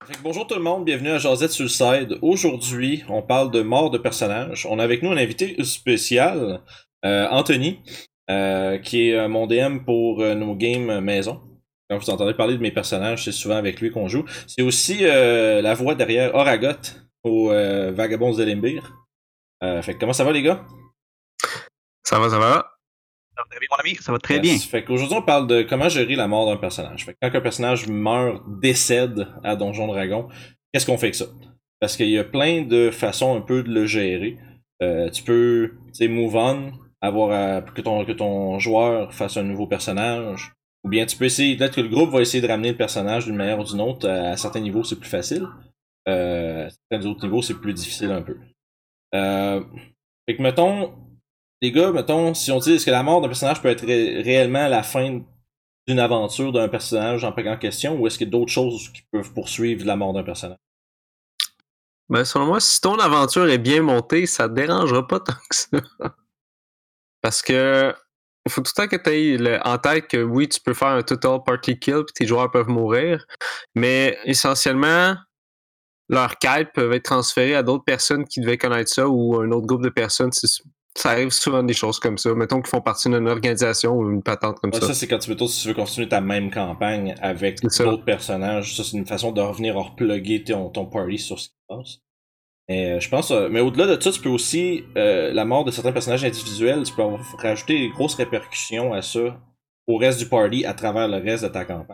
Fait que bonjour tout le monde, bienvenue à Jazette sur le side. Aujourd'hui, on parle de mort de personnages. On a avec nous un invité spécial, Anthony, qui est mon DM pour nos games maison. Quand vous entendez parler de mes personnages, c'est souvent avec lui qu'on joue. C'est aussi la voix derrière Oragot au Vagabonds de Limbir. Fait que comment ça va les gars? Ça va, ça va. Ça va très bien, mon ami, ça va très Yes. bien. Fait qu'aujourd'hui, on parle de comment gérer la mort d'un personnage. Fait que quand un personnage meurt, décède à Donjon Dragon, qu'est-ce qu'on fait avec ça? Parce qu'il y a plein de façons un peu de le gérer. Tu peux, tu sais, move on, que ton joueur fasse un nouveau personnage. Ou bien tu peux essayer, peut-être que le groupe va essayer de ramener le personnage d'une manière ou d'une autre. À certains niveaux, c'est plus facile. À certains autres niveaux, c'est plus difficile un peu. Fait que mettons, les gars, mettons, si on dit est-ce que la mort d'un personnage peut être réellement la fin d'une aventure d'un personnage en question, ou est-ce qu'il y a d'autres choses qui peuvent poursuivre la mort d'un personnage? Ben, selon moi, si ton aventure est bien montée, ça te dérangera pas tant que ça. Parce que il faut tout le temps que tu aies en tête que oui, tu peux faire un total party kill puis tes joueurs peuvent mourir, mais essentiellement, leurs quêtes peuvent être transférées à d'autres personnes qui devaient connaître ça ou un autre groupe de personnes. Ça arrive souvent des choses comme ça. Mettons qu'ils font partie d'une organisation ou une patente comme Ouais, ça. ça, c'est quand si tu veux continuer ta même campagne avec d'autres personnages. Ça, c'est une façon de revenir reploguer ton party sur ce qui se passe. Et je pense, mais au-delà de ça, tu peux aussi, la mort de certains personnages individuels, tu peux rajouter des grosses répercussions à ça au reste du party à travers le reste de ta campagne.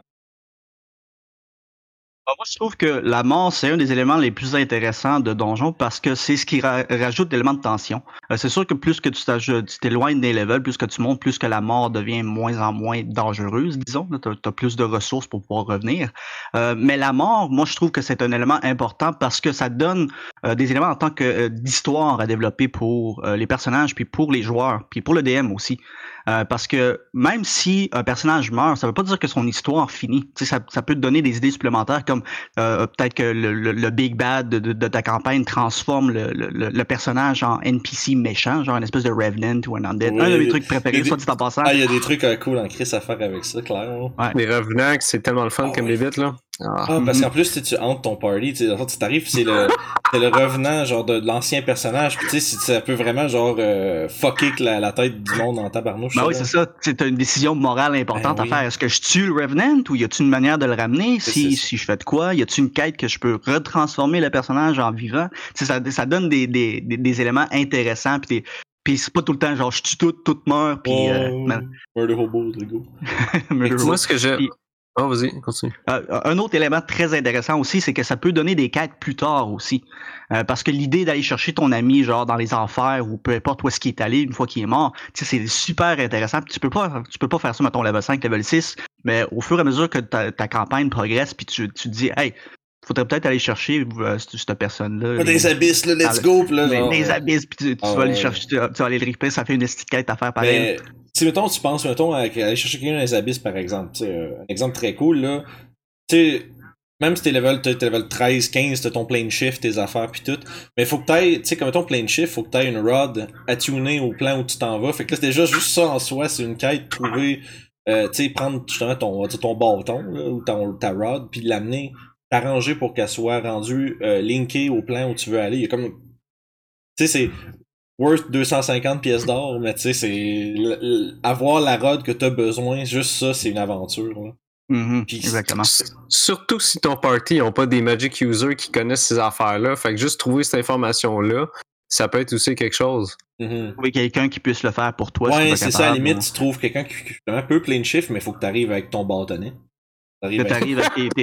Moi, je trouve que la mort, c'est un des éléments les plus intéressants de Donjon parce que c'est ce qui rajoute l'élément de tension. C'est sûr que plus que tu t'éloignes des levels, plus que tu montes, plus que la mort devient moins en moins dangereuse, disons. Tu as plus de ressources pour pouvoir revenir. Mais la mort, moi, je trouve que c'est un élément important parce que ça donne des éléments en tant que d'histoire à développer pour les personnages, puis pour les joueurs, puis pour le DM aussi. Parce que même si un personnage meurt, ça veut pas dire que son histoire finit. Ça peut te donner des idées supplémentaires comme peut-être que le Big Bad de ta campagne transforme le personnage en NPC méchant, genre une espèce de Revenant ou un Undead. Oui, Un de mes trucs préférés, soit dit en passant. Ah, il y a des trucs cool en Chris à faire avec ça, clairement. Ouais. Les revenants, c'est tellement le fun comme les bits, là. Parce qu'en plus, tu hantes ton party, tu sais, tu t'arrives, c'est le revenant, genre, de l'ancien personnage, pis tu sais, ça peut vraiment, genre, fucker la tête du monde en tabarnouche. Ben oui, c'est ça. C'est une décision morale importante à faire. Est-ce que je tue le Revenant ou y a-t-il une manière de le ramener? Si je fais de quoi? Y a-t-il une quête que je peux retransformer le personnage en vivant? Ça donne des éléments intéressants pis c'est pas tout le temps genre je tue tout meurt pis Murder Hobo, le go. Moi, ce que j'ai... Oh, vas-y, continue. Un autre élément très intéressant aussi, c'est que ça peut donner des quêtes plus tard aussi. Parce que l'idée d'aller chercher ton ami, genre dans les enfers ou peu importe où est-ce qu'il est allé une fois qu'il est mort, tu sais, c'est super intéressant. Puis tu peux pas faire ça, mettons, level 5, level 6, mais au fur et à mesure que ta campagne progresse, puis tu te dis, hey, faudrait peut-être aller chercher cette personne-là. Des abysses, là, let's go, pis là, genre. Des abysses, puis tu vas aller chercher, tu vas aller le récupérer, ça fait une petite quête à faire pareil. Si, mettons, tu penses, mettons, à aller chercher quelqu'un dans les abysses, par exemple, tu sais, un exemple très cool, là, tu sais, même si t'es level 13, 15, t'as ton plane shift, tes affaires pis tout, mais faut que t'ailles, tu sais, comme ton plane shift, faut que t'ailles une rod attunée au plan où tu t'en vas, fait que là, c'est déjà juste ça en soi, c'est une quête, trouver, tu sais, prendre justement ton bâton, là, ou ta rod, puis l'amener, t'arranger pour qu'elle soit rendue linkée au plan où tu veux aller, il y a comme, tu sais, c'est worth 250 pièces d'or, mais tu sais, c'est avoir la rod que t'as besoin, juste ça, c'est une aventure, là. Mm-hmm, exactement. Surtout si ton party n'ont pas des magic users qui connaissent ces affaires-là. Fait que juste trouver cette information-là, ça peut être aussi quelque chose. Trouver quelqu'un qui puisse le faire pour toi. Ouais, c'est ça, à la limite, tu trouves quelqu'un qui un peu plein de chiffres, mais il faut que t'arrives avec ton bâtonnet. T'arrives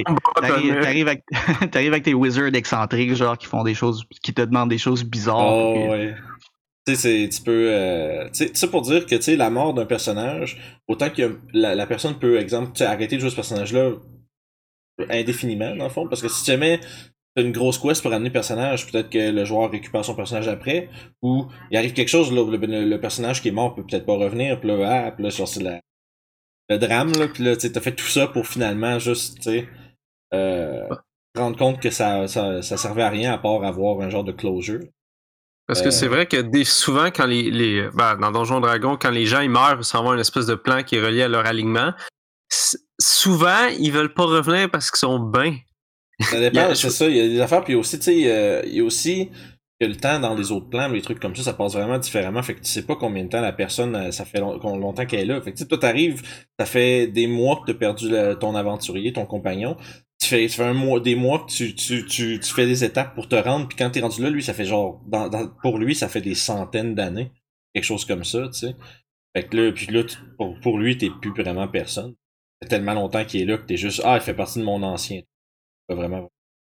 avec tes wizards excentriques, genre, qui font des choses, qui te demandent des choses bizarres. Oh, ouais. Tu sais, tu peux. Tu sais, ça pour dire que, tu sais, la mort d'un personnage, autant que la personne peut, exemple, arrêter de jouer ce personnage-là indéfiniment, dans le fond, parce que si jamais t'as une grosse quest pour amener le personnage, peut-être que le joueur récupère son personnage après, ou il arrive quelque chose, là, le personnage qui est mort peut peut-être pas revenir, pis là, genre, c'est le drame, là, pis là, tu sais, t'as fait tout ça pour finalement juste, tu sais, rendre compte que ça servait à rien à part avoir un genre de closure. Parce que c'est vrai que souvent, quand dans Donjon Dragon, quand les gens ils meurent sans avoir une espèce de plan qui est relié à leur alignement, souvent, ils veulent pas revenir parce qu'ils sont bien. Ça dépend, c'est ça, il y a des affaires, puis aussi, tu sais, il y a aussi que le temps dans les autres plans, les trucs comme ça passe vraiment différemment, fait que tu sais pas combien de temps la personne, ça fait longtemps qu'elle est là. Fait que tu sais, toi t'arrives, ça fait des mois que t'as perdu ton aventurier, ton compagnon, tu fais des mois que tu fais des étapes pour te rendre, puis quand t'es rendu là, lui, ça fait genre, pour lui, ça fait des centaines d'années, quelque chose comme ça, tu sais. Fait que là, puis là, pour lui, t'es plus vraiment personne. Ça fait tellement longtemps qu'il est là que t'es juste, il fait partie de mon ancien. Pas vraiment.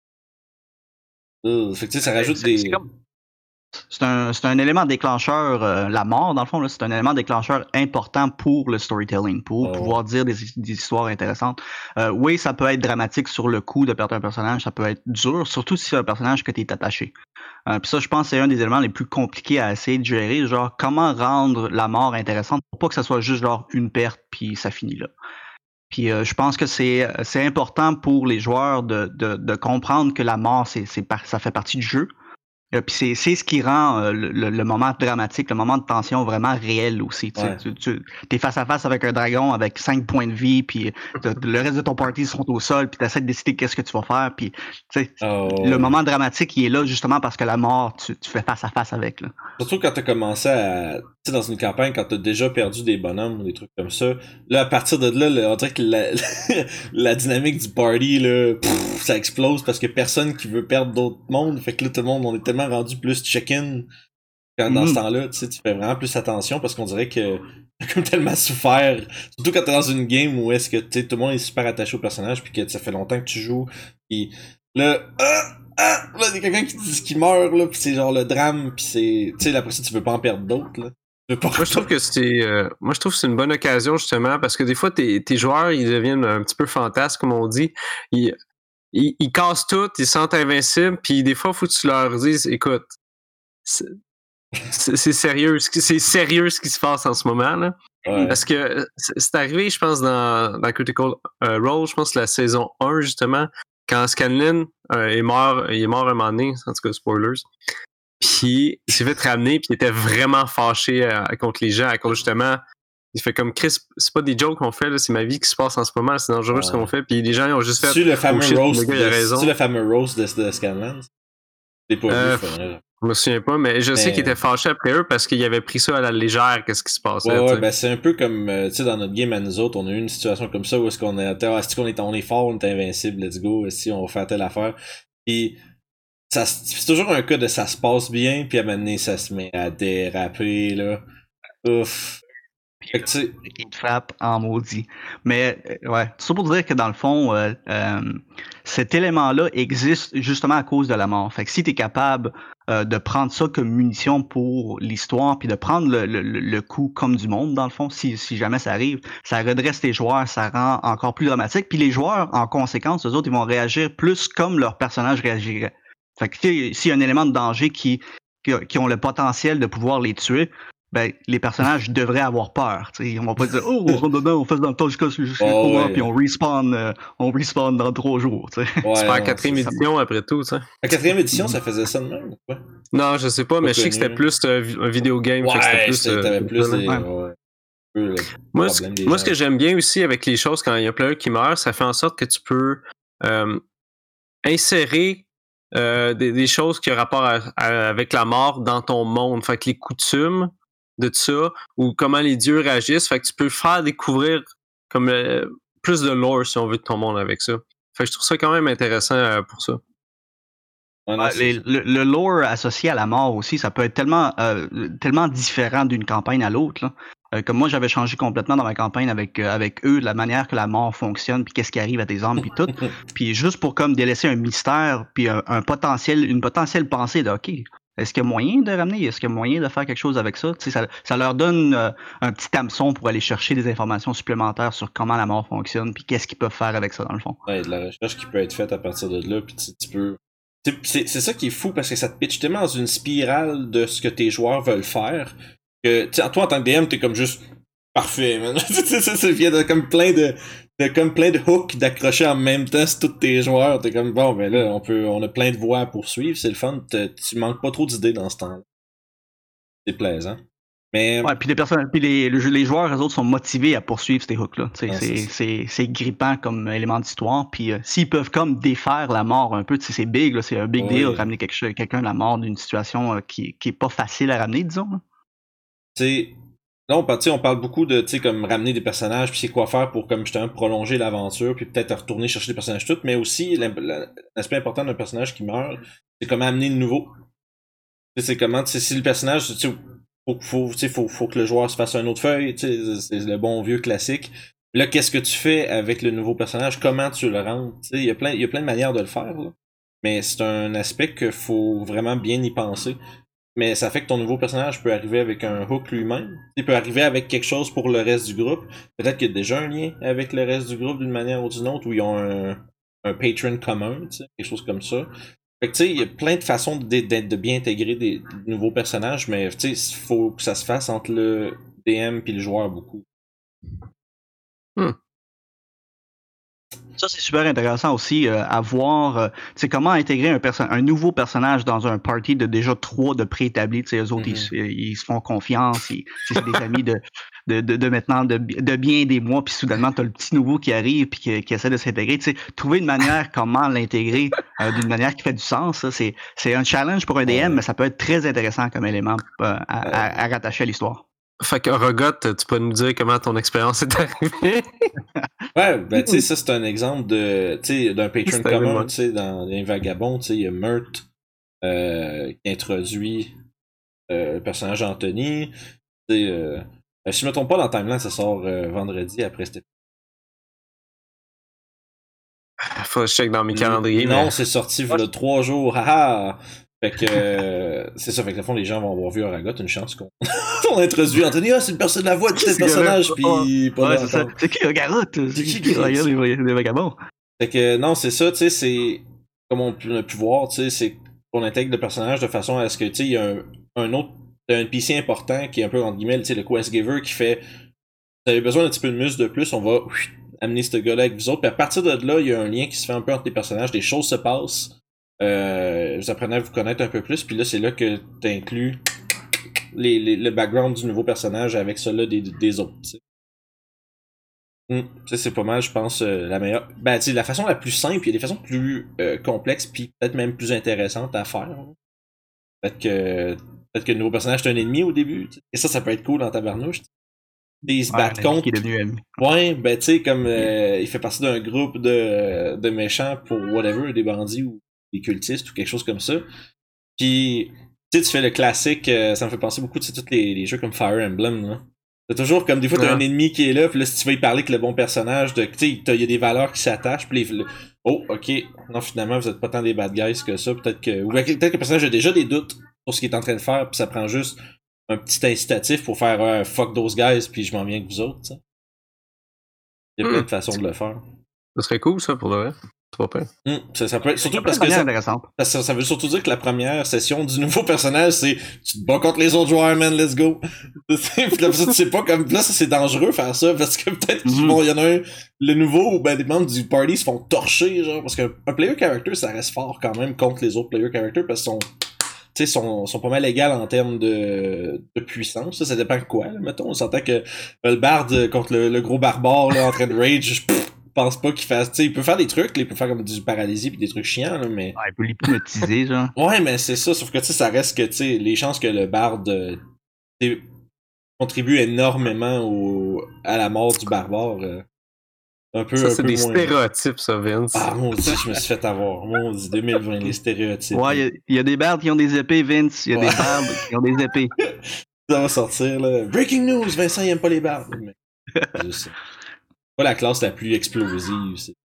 Fait que tu sais, ça rajoute C'est des. c'est un élément déclencheur, la mort, dans le fond, là, c'est un élément déclencheur important pour le storytelling, pour pouvoir dire des histoires intéressantes. Oui, ça peut être dramatique sur le coup de perdre un personnage, ça peut être dur, surtout si c'est un personnage que tu es attaché. Puis ça, je pense, c'est un des éléments les plus compliqués à essayer de gérer, genre comment rendre la mort intéressante pour pas que ça soit juste genre une perte, puis ça finit là. Puis je pense que c'est important pour les joueurs de comprendre que la mort, ça fait partie du jeu. Puis c'est ce qui rend le moment dramatique, le moment de tension vraiment réel aussi. Ouais. Tu es face à face avec un dragon avec 5 points de vie, puis le reste de ton party sont au sol, puis tu essaies de décider qu'est-ce que tu vas faire. Puis le moment dramatique, il est là justement parce que la mort, tu fais face à face avec. Là. Surtout quand t'as commencé à. Tu sais, dans une campagne, quand t'as déjà perdu des bonhommes ou des trucs comme ça. Là, à partir de là, on dirait que la dynamique du party, là, ça explose parce que personne qui veut perdre d'autres mondes. Fait que là, tout le monde, on est tellement rendu plus check-in quand dans ce temps-là, tu sais, tu fais vraiment plus attention parce qu'on dirait que t'as comme tellement souffert. Surtout quand t'es dans une game où est-ce que tu sais, tout le monde est super attaché au personnage puis que ça fait longtemps que tu joues. Puis là, là, il y a quelqu'un qui meurt, là, pis c'est genre le drame, pis c'est. Tu sais, après ça, tu veux pas en perdre d'autres, là. Moi, je trouve que c'est une bonne occasion, justement, parce que des fois, tes joueurs, ils deviennent un petit peu fantasques, comme on dit. Ils cassent tout, ils se sentent invincibles, puis des fois, il faut que tu leur dises, écoute, c'est sérieux ce qui se passe en ce moment, là. Ouais. Parce que c'est arrivé, je pense, dans Critical Role, je pense que la saison 1, justement, quand Scanlan il est mort un moment donné, en tout cas, spoilers. Puis il s'est fait ramener, puis il était vraiment fâché contre les gens, à cause justement, il fait comme Chris, c'est pas des jokes qu'on fait, là, c'est ma vie qui se passe en ce moment, c'est dangereux ce qu'on fait, puis les gens ils ont juste fait. C'est le fameux roast. Le gars, il a raison. C'est le fameux roast de Scanlan. T'es pas vu, je me souviens pas, mais je sais qu'il était fâché après eux parce qu'il avait pris ça à la légère, qu'est-ce qui se passait. Ouais, ben c'est un peu comme, tu sais, dans notre game à nous autres, on a eu une situation comme ça où est-ce qu'on est fort, on est invincible, let's go, si on va faire telle affaire. Puis c'est toujours un cas de ça se passe bien, puis à un moment donné, ça se met à déraper, là. Ouf. Fait que, Il te frappe en maudit. Mais ouais, tout ça pour dire que dans le fond, cet élément-là existe justement à cause de la mort. Fait que si tu es capable de prendre ça comme munition pour l'histoire, puis de prendre le coup comme du monde, dans le fond, si jamais ça arrive, ça redresse tes joueurs, ça rend encore plus dramatique. Puis les joueurs, en conséquence, eux autres, ils vont réagir plus comme leur personnage réagirait. Fait que s'il y a un élément de danger qui ont le potentiel de pouvoir les tuer, ben, les personnages devraient avoir peur. T'sais. On va pas dire « Oh, on rentre dedans, on fait dans le temps jusqu'à ouais. puis on respawn dans 3 jours. » Ouais, c'est pas la 4e édition après tout. T'sais. La 4e édition, ça faisait ça de même ou quoi? Non, je sais pas, mais je sais que c'était plus un vidéo game. Ouais, t'avais plus des... Moi, ce que j'aime bien aussi avec les choses, quand il y a un player qui meurt, ça fait en sorte que tu peux insérer des choses qui ont rapport avec la mort dans ton monde. Fait que les coutumes de ça, ou comment les dieux réagissent, fait que tu peux faire découvrir comme plus de lore, si on veut, de ton monde avec ça. Fait que je trouve ça quand même intéressant pour ça. Le lore associé à la mort aussi, ça peut être tellement différent d'une campagne à l'autre. Comme moi, j'avais changé complètement dans ma campagne avec eux, la manière que la mort fonctionne, puis qu'est-ce qui arrive à tes âmes, puis tout. Puis juste pour comme délaisser un mystère, puis une potentielle pensée de OK, est-ce qu'il y a moyen de ramener, est-ce qu'il y a moyen de faire quelque chose avec ça? Ça leur donne un petit hameçon pour aller chercher des informations supplémentaires sur comment la mort fonctionne, puis qu'est-ce qu'ils peuvent faire avec ça dans le fond. Ouais, de la recherche qui peut être faite à partir de là, puis tu peux. C'est ça qui est fou parce que ça te pitch tellement dans une spirale de ce que tes joueurs veulent faire que toi en tant que DM t'es comme juste parfait, man. Ça vient de comme plein de hooks d'accrocher en même temps sur tous tes joueurs. T'es comme bon ben là on a plein de voies à poursuivre, c'est le fun. Tu manques pas trop d'idées dans ce temps-là. C'est plaisant. Mais Ouais, puis les joueurs, eux autres, sont motivés à poursuivre ces hooks-là. C'est grippant comme élément d'histoire. Puis s'ils peuvent comme défaire la mort un peu, c'est big, c'est un big deal, ramener quelqu'un à la mort d'une situation qui est pas facile à ramener, disons. Tu là, on parle beaucoup de, comme ramener des personnages, puis c'est quoi faire pour, comme justement, prolonger l'aventure, puis peut-être retourner chercher des personnages tout, mais aussi, l'aspect important d'un personnage qui meurt, c'est comment amener le nouveau. C'est comment, si le personnage, faut que le joueur se fasse une autre feuille, c'est le bon vieux classique. Là, qu'est-ce que tu fais avec le nouveau personnage? Comment tu le rentres? Il y a plein de manières de le faire, là. Mais c'est un aspect qu'il faut vraiment bien y penser. Mais ça fait que ton nouveau personnage peut arriver avec un hook lui-même. Il peut arriver avec quelque chose pour le reste du groupe. Peut-être qu'il y a déjà un lien avec le reste du groupe d'une manière ou d'une autre, où ils ont un patron commun, quelque chose comme ça. Fait que tu sais, il y a plein de façons de bien intégrer des nouveaux personnages, mais tu sais, il faut que ça se fasse entre le DM et le joueur beaucoup. Ça, c'est super intéressant aussi à voir comment intégrer un nouveau personnage dans un party de déjà 3 de préétablis. Eux autres, ils se font confiance, c'est des amis de maintenant de bien des mois, puis soudainement, tu as le petit nouveau qui arrive puis qui essaie de s'intégrer. Trouver une manière comment l'intégrer d'une manière qui fait du sens, c'est un challenge pour un DM, mais ça peut être très intéressant comme élément à rattacher à l'histoire. Fait que Rogot, tu peux nous dire comment ton expérience est arrivée? Ouais, ben tu sais, ça c'est un exemple d'un patron commun, tu sais, dans les Vagabonds, tu sais, il y a Meurthe qui introduit le personnage Anthony. Si je me trompe pas, dans Timeline, ça sort vendredi après cette. Faut que je check dans mes calendriers. Non, c'est sorti il y a 3 jours, haha! Fait que c'est ça, fait que le fond, les gens vont avoir vu Aragot, une chance qu'on on introduit Anthony, c'est une personne, la voix de tel personnage, pis pas ouais, c'est ça. C'est qui Aragot? C'est qui regarde les Vagabonds? Fait que non, c'est ça, tu sais, c'est comme on a pu voir, tu sais, c'est qu'on intègre le personnage de façon à ce que, tu sais, il y a un autre, un NPC important qui est un peu, entre guillemets, tu sais, le quest giver qui fait, vous avez besoin d'un petit peu de muscle de plus, on va amener ce gars-là avec vous autres, puis à partir de là, il y a un lien qui se fait un peu entre les personnages, des choses se passent, vous apprenez à vous connaître un peu plus, puis là, c'est là que t'inclus le background du nouveau personnage avec celui des autres, tu sais. C'est pas mal, je pense, la meilleure. Ben, tu sais, la façon la plus simple, il y a des façons plus complexes, puis peut-être même plus intéressantes à faire. Peut-être que le nouveau personnage est un ennemi au début. T'sais. Et ça peut être cool dans Tabarnouche. Ils se battent contre. Qui est devenu ami. Ouais, ben tu sais, comme il fait partie d'un groupe de méchants pour whatever, des bandits ou des cultistes ou quelque chose comme ça. Puis, tu sais, tu fais le classique, ça me fait penser beaucoup, tu sais, tous les jeux comme Fire Emblem, là. T'as toujours comme des fois t'as un ennemi qui est là, puis là si tu veux y parler avec le bon personnage, tu sais, il y a des valeurs qui s'attachent, puis oh ok, non finalement vous êtes pas tant des bad guys que ça, peut-être que le personnage a déjà des doutes sur ce qu'il est en train de faire, puis ça prend juste un petit incitatif pour faire fuck those guys, puis je m'en viens avec vous autres. T'sais. Il y a plein de façons de le faire. Ça serait cool ça pour le vrai. Ça peut être, surtout parce que ça veut surtout dire que la première session du nouveau personnage, c'est tu te bats contre les autres joueurs, man, let's go. Puis là, tu sais pas comme là, ça c'est dangereux faire ça parce que peut-être qu'il y en a le nouveau, ben des membres du party se font torcher, genre, parce qu'un player character ça reste fort quand même contre les autres player characters parce qu'ils sont pas mal égales en termes de puissance. Ça dépend de quoi, là, mettons. On s'entend que le bard contre le gros barbare là, en train de rage, pense pas qu'il fasse, tu sais, il peut faire des trucs, là, il peut faire comme du paralysie pis des trucs chiants, là, mais. Ouais, il peut l'hypnotiser, genre. Ouais, mais c'est ça, sauf que, tu sais, ça reste que, tu sais, les chances que le barde contribue énormément à la mort du barbare, un peu. Ça, c'est un peu des moins. Stéréotypes, ça, Vince. Ah, maudit, je me suis fait avoir. Maudit, 2020, les stéréotypes. Ouais, il y a des bardes qui ont des épées, Vince. Il y a des bardes qui ont des épées. Ça va sortir, là. Breaking news, Vincent, il aime pas les bardes. Mais... juste ça. Pas la classe la plus explosive.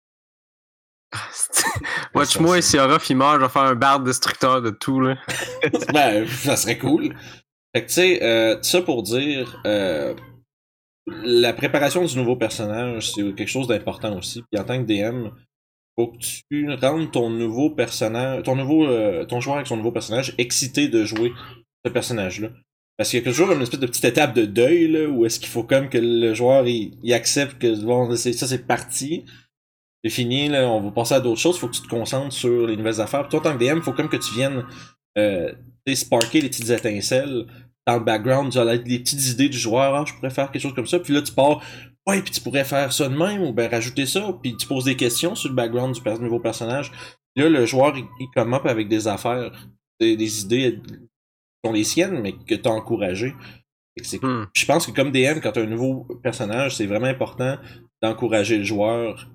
Watch-moi, si Orof il meurt, je vais faire un barde destructeur de tout, là. Ben, ça serait cool. Fait que, tu sais, ça pour dire, la préparation du nouveau personnage, c'est quelque chose d'important aussi. Puis en tant que DM, faut que tu rendes ton nouveau personnage, ton joueur avec son nouveau personnage excité de jouer ce personnage-là. Parce qu'il y a toujours une espèce de petite étape de deuil, là, où est-ce qu'il faut comme que le joueur, il accepte que, bon, ça c'est parti. C'est fini, là, on va passer à d'autres choses, faut que tu te concentres sur les nouvelles affaires. Puis toi, en tant que DM, faut comme que tu viennes, sparker les petites étincelles dans le background, tu as des petites idées du joueur, je pourrais faire quelque chose comme ça, puis là tu pars, ouais, puis tu pourrais faire ça de même, ou ben rajouter ça, puis tu poses des questions sur le background du nouveau personnage. Là, le joueur, il come up avec des affaires, des idées qui sont les siennes, mais que t'as encouragées. Je pense que comme DM, quand t'as un nouveau personnage, c'est vraiment important d'encourager le joueur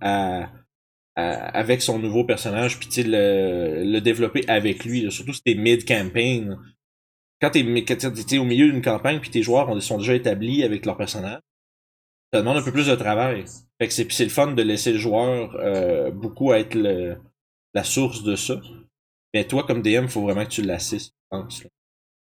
avec son nouveau personnage, puis le développer avec lui, là. Surtout si t'es mid-campaign. Quand t'es au milieu d'une campagne, puis tes joueurs sont déjà établis avec leur personnage, ça demande un peu plus de travail. Fait que c'est le fun de laisser le joueur beaucoup être la source de ça. Mais toi, comme DM, il faut vraiment que tu l'assistes, je pense. Là.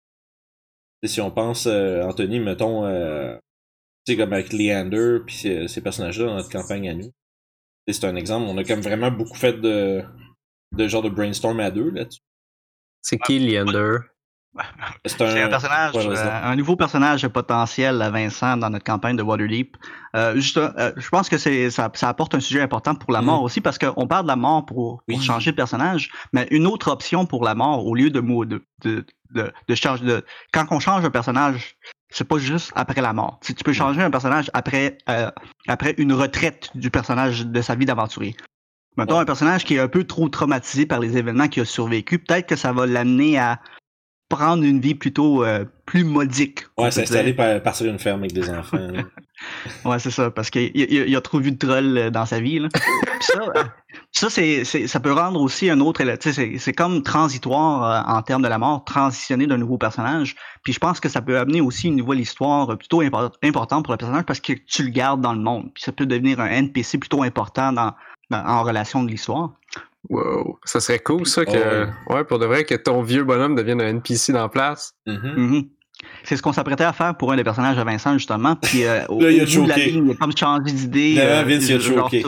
Si on pense, Anthony, mettons, tu sais, comme avec Leander, puis ces personnages-là dans notre campagne à nous. C'est un exemple, on a comme vraiment beaucoup fait de genre de brainstorm à deux là-dessus. C'est qui Leander? C'est un personnage, un nouveau personnage potentiel à Vincent dans notre campagne de Waterdeep. Je pense que ça apporte un sujet important pour la mort aussi, parce qu'on parle de la mort pour changer de personnage, mais une autre option pour la mort, au lieu de changer quand on change un personnage, c'est pas juste après la mort. Tu peux changer un personnage après une retraite du personnage de sa vie d'aventurier. Mettons un personnage qui est un peu trop traumatisé par les événements qu'il a survécu, peut-être que ça va l'amener à prendre une vie plutôt plus modique. Ouais, s'installer partir d'une ferme avec des enfants. Ouais, c'est ça, parce qu'il a trop vu de trolls dans sa vie. Là. Ça peut rendre aussi un autre... C'est comme transitoire en termes de la mort, transitionner d'un nouveau personnage. Puis je pense que ça peut amener aussi une nouvelle histoire plutôt importante pour le personnage parce que tu le gardes dans le monde. Puis ça peut devenir un NPC plutôt important en relation de l'histoire. Wow, ça serait cool ça que ouais, pour de vrai que ton vieux bonhomme devienne un NPC dans la place. C'est ce qu'on s'apprêtait à faire pour un des personnages de Vincent justement, puis au là, il a bout de la ligne, il a comme changé d'idée. Vince il a choqué.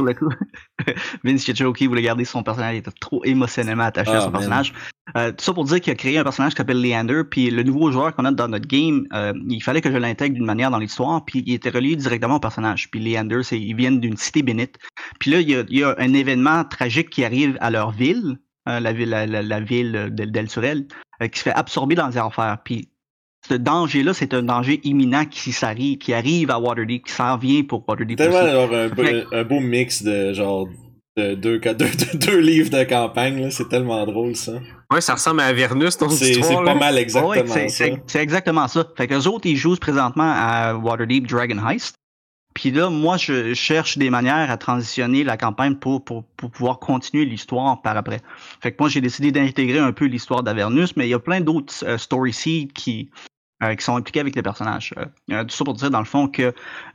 Vince il a choqué, il voulait garder son personnage, il était trop émotionnellement attaché à son personnage. Tout ça pour dire qu'il a créé un personnage qui s'appelle Leander, puis le nouveau joueur qu'on a dans notre game, il fallait que je l'intègre d'une manière dans l'histoire, puis il était relié directement au personnage. Puis Leander, ils viennent d'une cité bénite. Puis là, il y a un événement tragique qui arrive à leur ville, la ville d'El Surel, qui se fait absorber dans les enfers. Puis ce danger-là, c'est un danger imminent qui arrive à Waterdeep, qui s'en vient pour Waterdeep. Tellement alors un beau mix de genre de deux livres de campagne, là, c'est tellement drôle ça. Ouais, ça ressemble à Avernus ton histoire. C'est pas mal exactement ça. C'est exactement ça. Fait qu'eux autres, ils jouent présentement à Waterdeep Dragon Heist. Puis là, moi, je cherche des manières à transitionner la campagne pour pouvoir continuer l'histoire par après. Fait que moi, j'ai décidé d'intégrer un peu l'histoire d'Avernus, mais il y a plein d'autres story seeds qui sont impliqués avec les personnages. Tout ça pour dire, dans le fond, que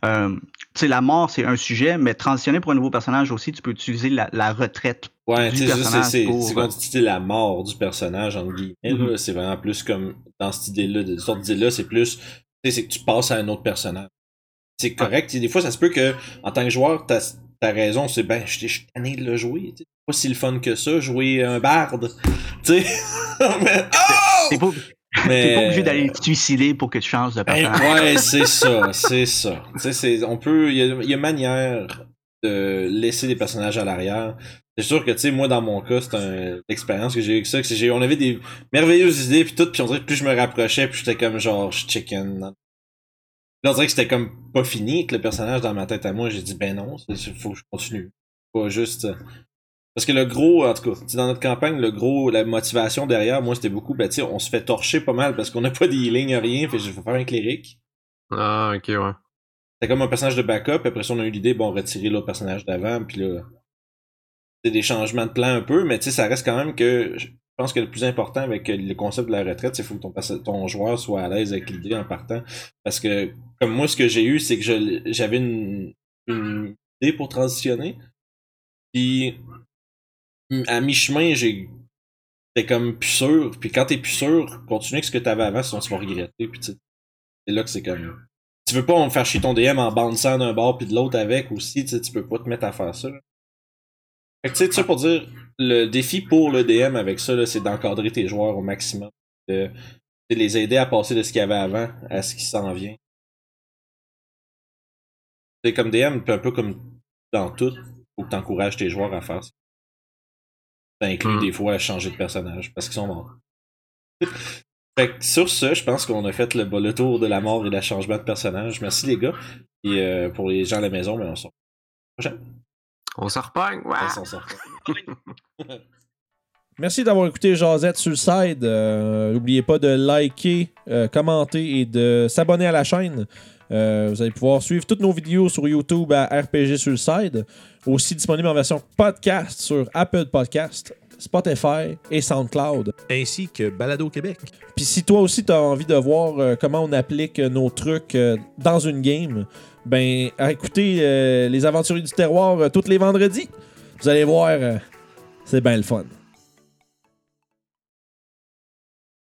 la mort, c'est un sujet, mais transitionner pour un nouveau personnage aussi, tu peux utiliser la retraite du personnage. C'est quand tu dis la mort du personnage, entre guillemets, là, c'est vraiment plus comme dans cette idée-là, de sorte d'idée-là, c'est plus, c'est que tu passes à un autre personnage. C'est correct. Des fois, ça se peut que, en tant que joueur, t'as raison, c'est je suis tanné de le jouer. C'est pas si le fun que ça, jouer un barde. Tu sais. T'es pas obligé d'aller te suicider pour que tu changes de personnage. Ouais, c'est ça. Tu sais, il y a manière de laisser des personnages à l'arrière. C'est sûr que, tu sais, moi, dans mon cas, c'est l'expérience que j'ai eu avec ça. On avait des merveilleuses idées, puis tout, puis on dirait que plus je me rapprochais, puis j'étais comme genre, je chicken. Là, on dirait que c'était comme pas fini avec le personnage dans ma tête à moi. J'ai dit, ben non, il faut que je continue. Pas juste... Parce que le gros, en tout cas, dans notre campagne, la motivation derrière, moi, c'était beaucoup, tu sais, on se fait torcher pas mal parce qu'on n'a pas d'healing, rien, fait que je vais faire un cléric. Ah, ok, ouais. C'était comme un personnage de backup, après ça, on a eu l'idée, retirer l'autre personnage d'avant, puis là, c'est des changements de plan un peu, mais tu sais, ça reste quand même que... Je pense que le plus important avec le concept de la retraite, c'est qu'il faut que ton joueur soit à l'aise avec l'idée en partant. Parce que, comme moi, ce que j'ai eu, c'est que j'avais une idée pour transitionner. Puis, à mi-chemin, j'étais comme plus sûr. Puis quand t'es plus sûr, continue avec ce que t'avais avant, sinon tu vas regretter. Puis c'est là que c'est comme... Tu veux pas faire chier ton DM en bounçant d'un bord puis de l'autre avec aussi, tu peux pas te mettre à faire ça. Là. Fait que tu sais, ça pour dire, le défi pour le DM avec ça, là, c'est d'encadrer tes joueurs au maximum. De les aider à passer de ce qu'il y avait avant à ce qui s'en vient. C'est comme DM, un peu comme dans tout, faut que t'encourages tes joueurs à faire ça. Ça inclut des fois à changer de personnage parce qu'ils sont morts. Fait que sur ce, je pense qu'on a fait le tour de la mort et de la changement de personnage. Merci les gars. Et pour les gens à la maison, on se revoit. On s'en repagne. Ouais. On s'en revoit. Merci d'avoir écouté Jazette sur le side. N'oubliez pas de liker, commenter et de s'abonner à la chaîne. Vous allez pouvoir suivre toutes nos vidéos sur YouTube à RPG sur le side. Aussi disponible en version podcast sur Apple Podcast, Spotify et SoundCloud. Ainsi que Balado Québec. Puis si toi aussi tu as envie de voir comment on applique nos trucs dans une game, ben écoutez Les Aventuriers du Terroir tous les vendredis. Vous allez voir, c'est bien le fun.